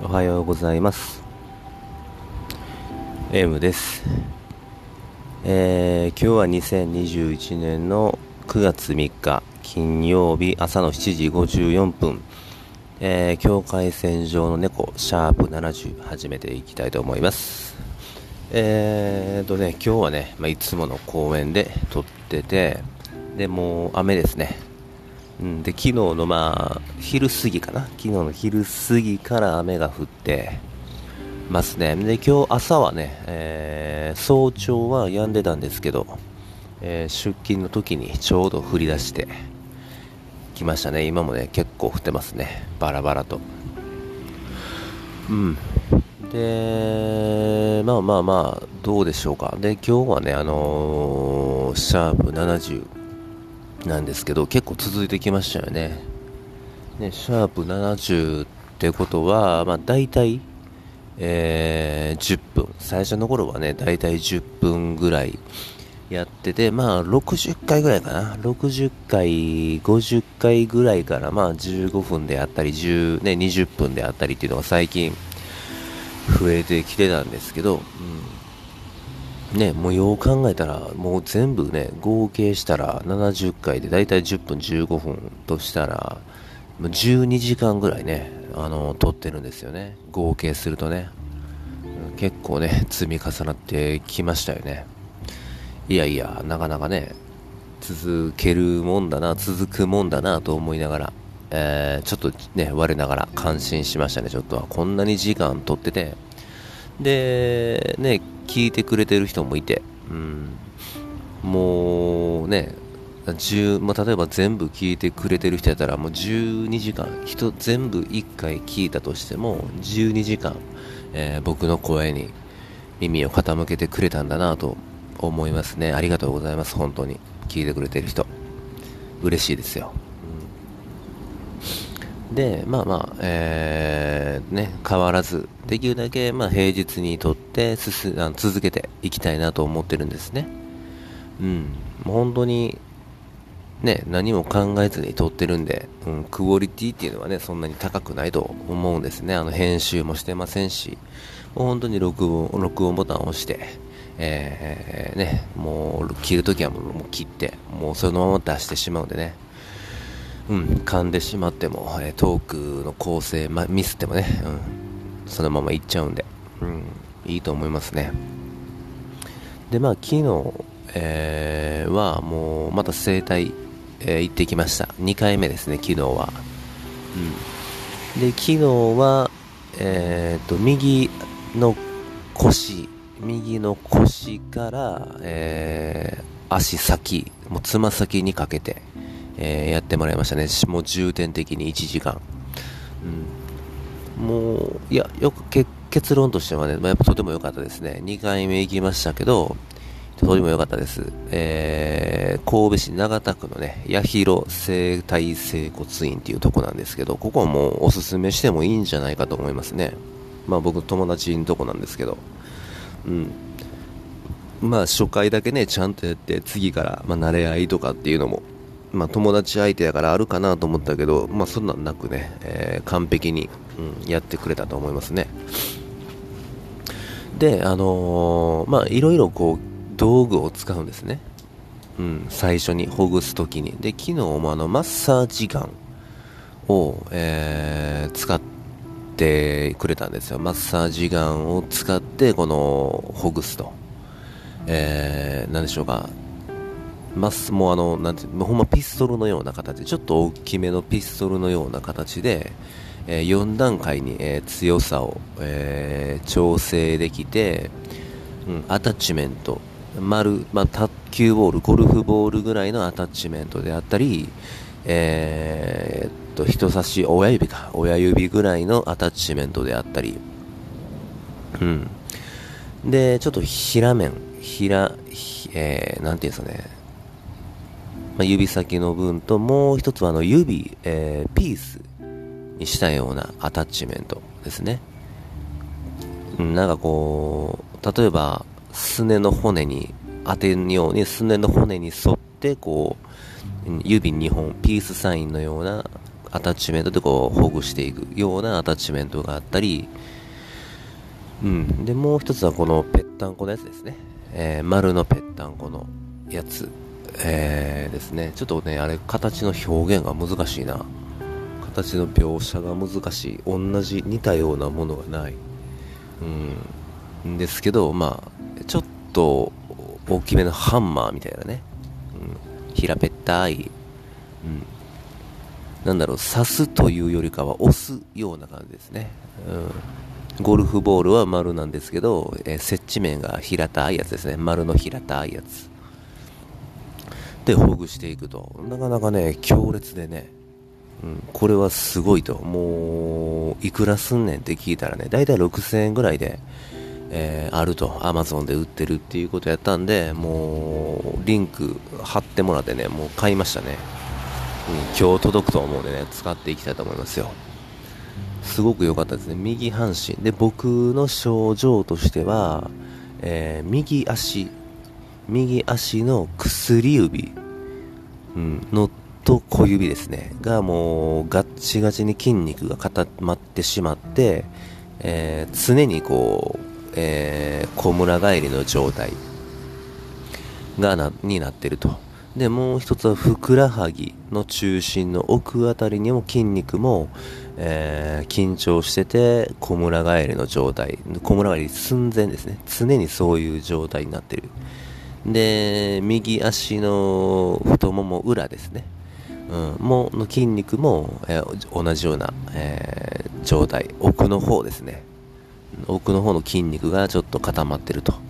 おはようございます。M です。今日は2021年の9月3日金曜日朝の7時54分、境界線上の猫シャープ70始めていきたいと思います。今日はね、いつもの公園で撮ってて、でもう雨ですね。で昨日の昼過ぎかな、昨日の昼過ぎから雨が降ってますね。で今日朝はね、早朝は止んでたんですけど、出勤の時にちょうど降り出してきましたね。今もね結構降ってますね、バラバラと。でどうでしょうか。で今日はねシャープ70なんですけど、結構続いてきましたよね。シャープ70ってことは、大体、10分。最初の頃はね、大体10分ぐらいやってて、60回ぐらいかな。60回、50回ぐらいから、15分であったり、20分であったりっていうのが最近増えてきてたんですけど、もうよう考えたら、もう全部ね、合計したら70回でだいたい10分15分としたら、もう12時間ぐらいね、撮ってるんですよね。合計するとね。結構ね、積み重なってきましたよね。いやいや、なかなかね、続けるもんだな、続くもんだなと思いながら、ちょっとね、我ながら感心しましたね。ちょっとこんなに時間撮ってて、でね、聞いてくれてる人もいて、もうね、例えば全部聞いてくれてる人やったらもう12時間、全部1回聞いたとしても12時間、僕の声に耳を傾けてくれたんだなと思いますね。ありがとうございます。本当に聞いてくれてる人嬉しいですよ。で変わらずできるだけ平日にとって続けていきたいなと思ってるんですね。もう本当にね、何も考えずに撮ってるんで、クオリティっていうのはね、そんなに高くないと思うんですね。編集もしてませんし、もう本当に録音ボタンを押して、もう切るときはもう切って、もうそのまま出してしまうんでね、噛んでしまっても、トークの構成、ミスってもね、そのままいっちゃうんで、いいと思いますね。で、昨日、はもうまた整体、行ってきました。2回目ですね、昨日は。で、昨日は、右の腰から、足先、もうつま先にかけて、やってもらいましたね。もう重点的に1時間。もう、いや、結論としてはね、やっぱとても良かったですね。2回目行きましたけど、とても良かったです。神戸市長田区のね、八広整体整骨院っていうとこなんですけど、ここはもうおすすめしてもいいんじゃないかと思いますね。僕友達のとこなんですけど、初回だけね、ちゃんとやって、次から、慣れ合いとかっていうのも、友達相手やからあるかなと思ったけど、そんなんなくね、完璧に、やってくれたと思いますね。で、いろいろこう、道具を使うんですね。最初にほぐすときに。で、昨日もマッサージガンを、使ってくれたんですよ。マッサージガンを使ってほぐすと。なんでしょうか。もうなんてほんまピストルのような形で、ちょっと大きめのピストルのような形で、4段階に、強さを、調整できて、アタッチメント、卓球ボール、ゴルフボールぐらいのアタッチメントであったり、人差し親指ぐらいのアタッチメントであったり、で、ちょっとなんていうんですかね、指先の分と、もう一つはピースにしたようなアタッチメントですね。なんかこう、例えば、すねの骨に当てるように、すねの骨に沿って、こう、指2本、ピースサインのようなアタッチメントでこうほぐしていくようなアタッチメントがあったり、でもう一つはこのぺったんこのやつですね、丸のぺったんこのやつ、ですね。ちょっとねあれ形の表現が難しいな、形の描写が難しい、同じ似たようなものがない、ですけど、まあちょっと大きめのハンマーみたいなね、平べったい、なんだろう、刺すというよりかは押すような感じですね。ゴルフボールは丸なんですけど、接地面が平たいやつですね。丸の平たいやつでほぐしていくと、なかなかね強烈でね、これはすごいと。もういくらすんねんって聞いたらね、だいたい6000円ぐらいで、あると、アマゾンで売ってるっていうことやったんで、もうリンク貼ってもらってね、もう買いましたね。今日届くと思うんでね、使っていきたいと思いますよ。すごく良かったですね。右半身で、僕の症状としては、右足の薬指、のと小指ですねがもうガッチガチに筋肉が固まってしまって、常にこう、小村返りの状態になっていると。でもう一つはふくらはぎの中心の奥あたりにも筋肉も、緊張してて小村返りの状態、小村返り寸前ですね。常にそういう状態になっている。で右足の太もも裏ですね、の筋肉も、同じような、状態、奥の方ですね、奥の方の筋肉がちょっと固まってると。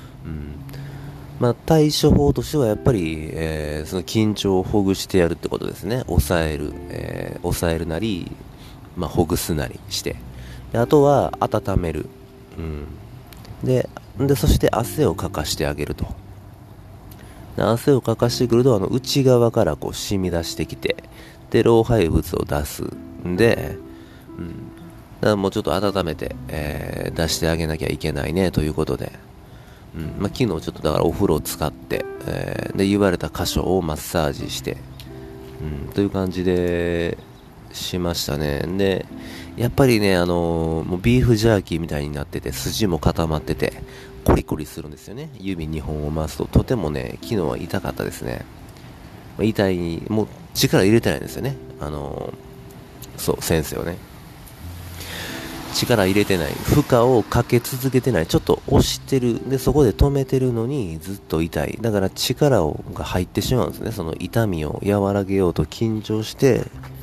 対処法としてはやっぱり、その緊張をほぐしてやるってことですね。抑えるなり、ほぐすなりして、であとは温める、でそして汗をかかしてあげると。汗をかかしてくると内側からこう染み出してきて、で老廃物を出すんで、だからもうちょっと温めて、出してあげなきゃいけないねということで、昨日ちょっとだからお風呂を使って、で言われた箇所をマッサージして、という感じでしましたね。でやっぱりね、もうビーフジャーキーみたいになってて、筋も固まっててコリコリするんですよね。指2本を回すととてもね、昨日は痛かったですね。痛い、もう力入れてないんですよね。先生はね、力入れてない、負荷をかけ続けてない、ちょっと押してる、でそこで止めてるのにずっと痛い。だから力が入ってしまうんですね。その痛みを和らげようと緊張して、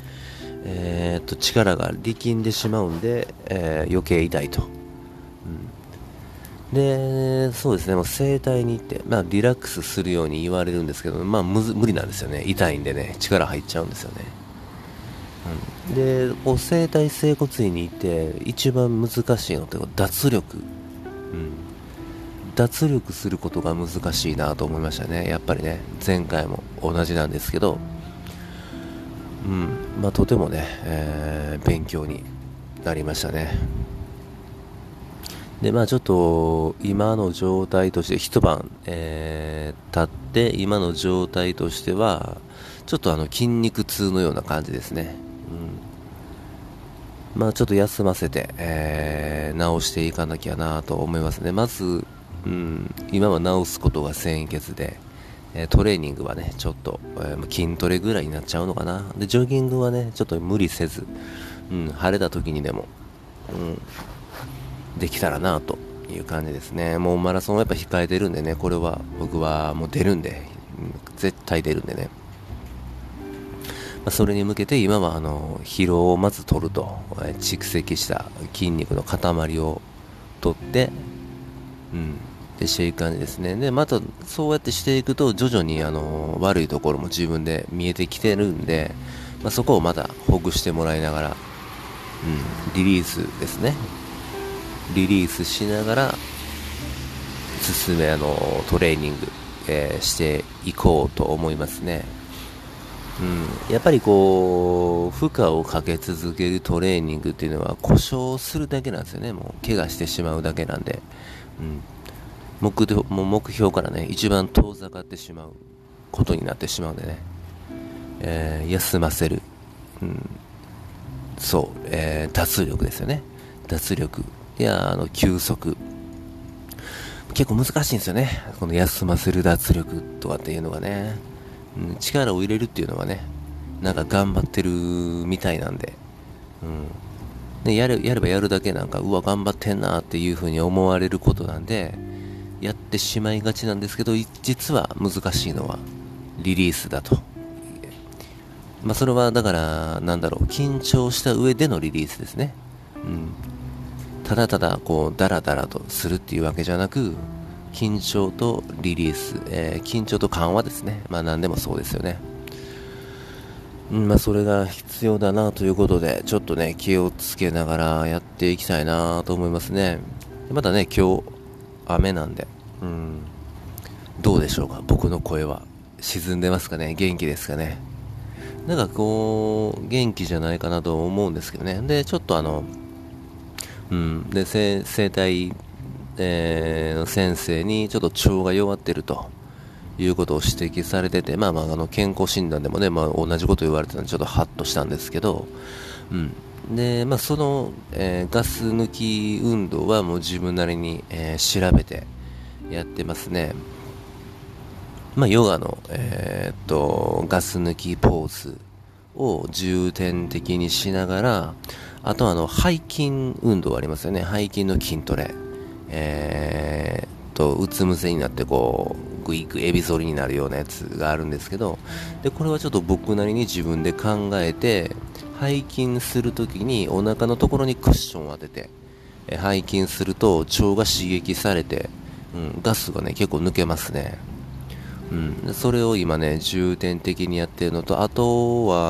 力が力んでしまうんで、余計痛いと。でそうですね、もう整体に行って、リラックスするように言われるんですけど、無理なんですよね。痛いんでね、力入っちゃうんですよね。で整体整骨院に行って一番難しいのって脱力、脱力することが難しいなと思いましたね。やっぱりね、前回も同じなんですけど、とてもね、勉強になりましたね。でちょっと今の状態として一晩、経って今の状態としてはちょっと筋肉痛のような感じですね。ちょっと休ませて、治していかなきゃなと思いますね。まず、今は治すことが先決で、トレーニングはねちょっと、筋トレぐらいになっちゃうのかな。でジョギングはねちょっと無理せず、晴れた時にでも、できたらなという感じですね。もうマラソンはやっぱ控えてるんでね、これは僕はもう出るんで、絶対出るんでね、それに向けて今は疲労をまず取ると、蓄積した筋肉の塊を取って、でしていく感じですね。でまたそうやってしていくと徐々に悪いところも自分で見えてきてるんで、そこをまたほぐしてもらいながら、リリースですね、リリースしながら進めトレーニング、していこうと思いますね。やっぱりこう負荷をかけ続けるトレーニングっていうのは故障するだけなんですよね。もう怪我してしまうだけなんで、目標からね一番遠ざかってしまうことになってしまうんでね、休ませる、 うん、そう、脱力ですよね。脱力や休息、結構難しいんですよね、この休ませる脱力とかっていうのがね、力を入れるっていうのはね、なんか頑張ってるみたいなんで、でやればやるだけなんか、うわ頑張ってんなっていう風に思われることなんでやってしまいがちなんですけど、実は難しいのはリリースだと。それはだから緊張した上でのリリースですね。ただただこうダラダラとするっていうわけじゃなく、緊張とリリース、緊張と緩和ですね。何でもそうですよね。それが必要だなということで、ちょっとね気をつけながらやっていきたいなと思いますね。またね今日雨なんで、どうでしょうか、僕の声は沈んでますかね、元気ですかね。なんかこう元気じゃないかなと思うんですけどね。でちょっとで整体、の先生にちょっと腸が弱ってるということを指摘されてて、健康診断でもね、同じこと言われてたのでちょっとハッとしたんですけど、でその、ガス抜き運動はもう自分なりに、調べてやってますね。ヨガの、ガス抜きポーズを重点的にしながら、あと背筋運動ありますよね。背筋の筋トレ。うつむせになってこう、グイグイエビ反りになるようなやつがあるんですけど、で、これはちょっと僕なりに自分で考えて、背筋するときにお腹のところにクッションを当てて、背筋すると腸が刺激されて、ガスがね、結構抜けますね。それを今ね重点的にやってるのと、あとは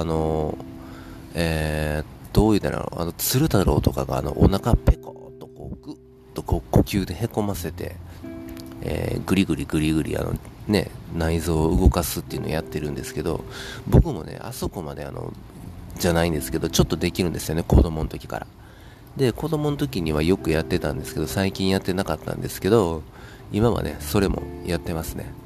どういうだろう、鶴太郎とかがお腹ペコッとこうグッとこう呼吸でへこませて、グリグリグリグリ内臓を動かすっていうのをやってるんですけど、僕もねあそこまでじゃないんですけど、ちょっとできるんですよね、子供の時から。で子供の時にはよくやってたんですけど、最近やってなかったんですけど、今はねそれもやってますね。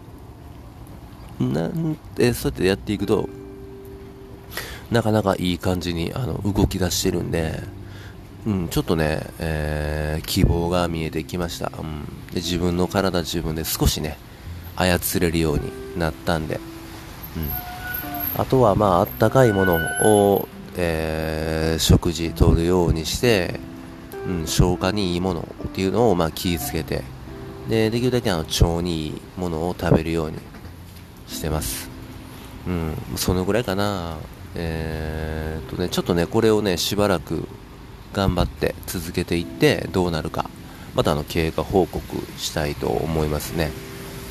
そうやってやっていくとなかなかいい感じに動き出してるんで、ちょっとね、希望が見えてきました。で自分の体自分で少しね操れるようになったんで、あとはあったかいものを、食事取るようにして、消化にいいものっていうのを気をつけて、できるだけ腸にいいものを食べるようにしてます。そのぐらいかな。ちょっとねこれをねしばらく頑張って続けていってどうなるか、また経過報告したいと思いますね。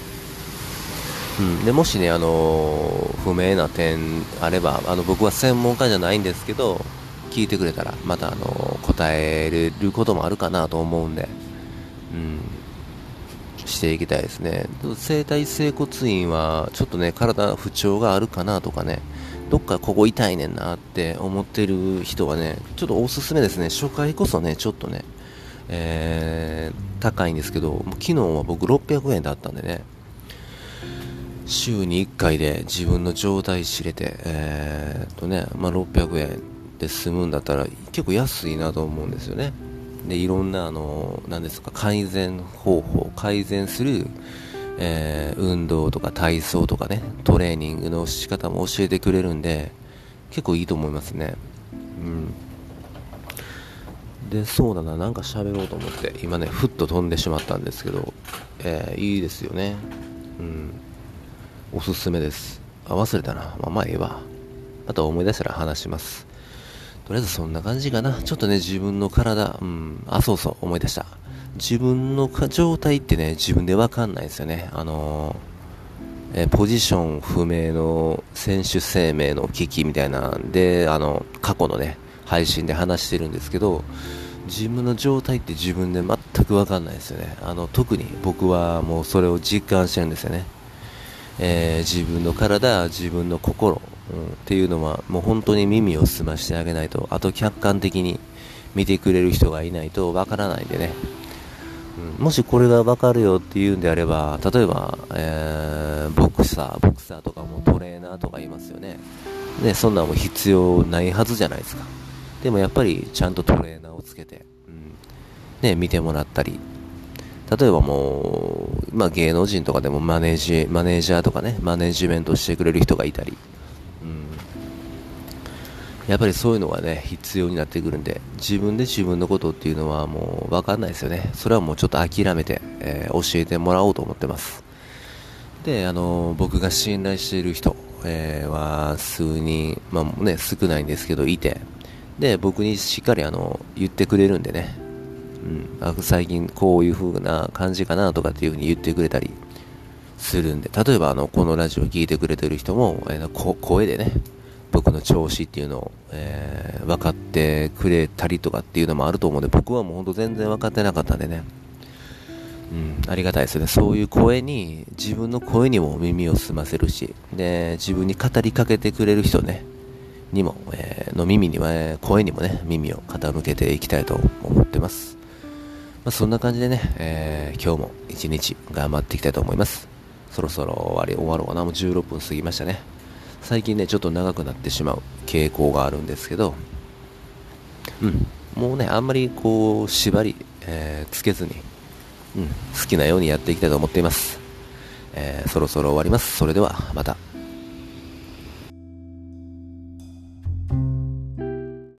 でもしね不明な点あれば、僕は専門家じゃないんですけど、聞いてくれたらまた答えれることもあるかなと思うんで、していきたいですね。整体整骨院はちょっとね体不調があるかなとかね、どっかここ痛いねんなって思ってる人はねちょっとおすすめですね。初回こそねちょっとね、高いんですけど、昨日は僕600円だったんでね、週に1回で自分の状態知れて、600円で済むんだったら結構安いなと思うんですよね。でいろんな何ですか、改善方法、改善する、運動とか体操とかね、トレーニングの仕方も教えてくれるんで結構いいと思いますね。でそうだな、なんか喋ろうと思って今ねふっと飛んでしまったんですけど、いいですよね。おすすめです。忘れたな。ええわ。また思い出したら話します。とりあえずそんな感じかな。ちょっとね、自分の体、そうそう、思い出した。自分の状態ってね、自分でわかんないですよね。ポジション不明の選手生命の危機みたいなんで、過去のね、配信で話してるんですけど、自分の状態って自分で全くわかんないですよね。特に僕はもうそれを実感してるんですよね。自分の体、自分の心、っていうのはもう本当に耳を澄ましてあげないと、あと客観的に見てくれる人がいないとわからないんでね、もしこれがわかるよっていうんであれば、例えば、ボクサーとかもトレーナーとかいますよね。 ね、そんなんも必要ないはずじゃないですか。でもやっぱりちゃんとトレーナーをつけて、ね、見てもらったり、例えばもう、まあ、芸能人とかでもマネージャーとかね、マネージメントしてくれる人がいたり、やっぱりそういうのがね、必要になってくるんで、自分で自分のことっていうのはもう分かんないですよね。それはもうちょっと諦めて、教えてもらおうと思ってます。で、僕が信頼している人、は数人、まあね、少ないんですけど、いて、で、僕にしっかり言ってくれるんでね、最近こういう風な感じかなとかっていう風に言ってくれたりするんで、例えばこのラジオを聞いてくれてる人も、声でね、僕の調子っていうのを、分かってくれたりとかっていうのもあると思うんで、僕はもうほんと全然分かってなかったんでね、ありがたいですね。そういう声に、自分の声にも耳を澄ませるし、で、自分に語りかけてくれる人ね、にも、の耳には、声にもね、耳を傾けていきたいと思ってます。まあ、そんな感じでね、今日も一日頑張っていきたいと思います。そろそろ終わろうかな。もう16分過ぎましたね。最近ね、ちょっと長くなってしまう傾向があるんですけど、もうね、あんまりこう、縛り、つけずに、好きなようにやっていきたいと思っています。そろそろ終わります。それでは、また。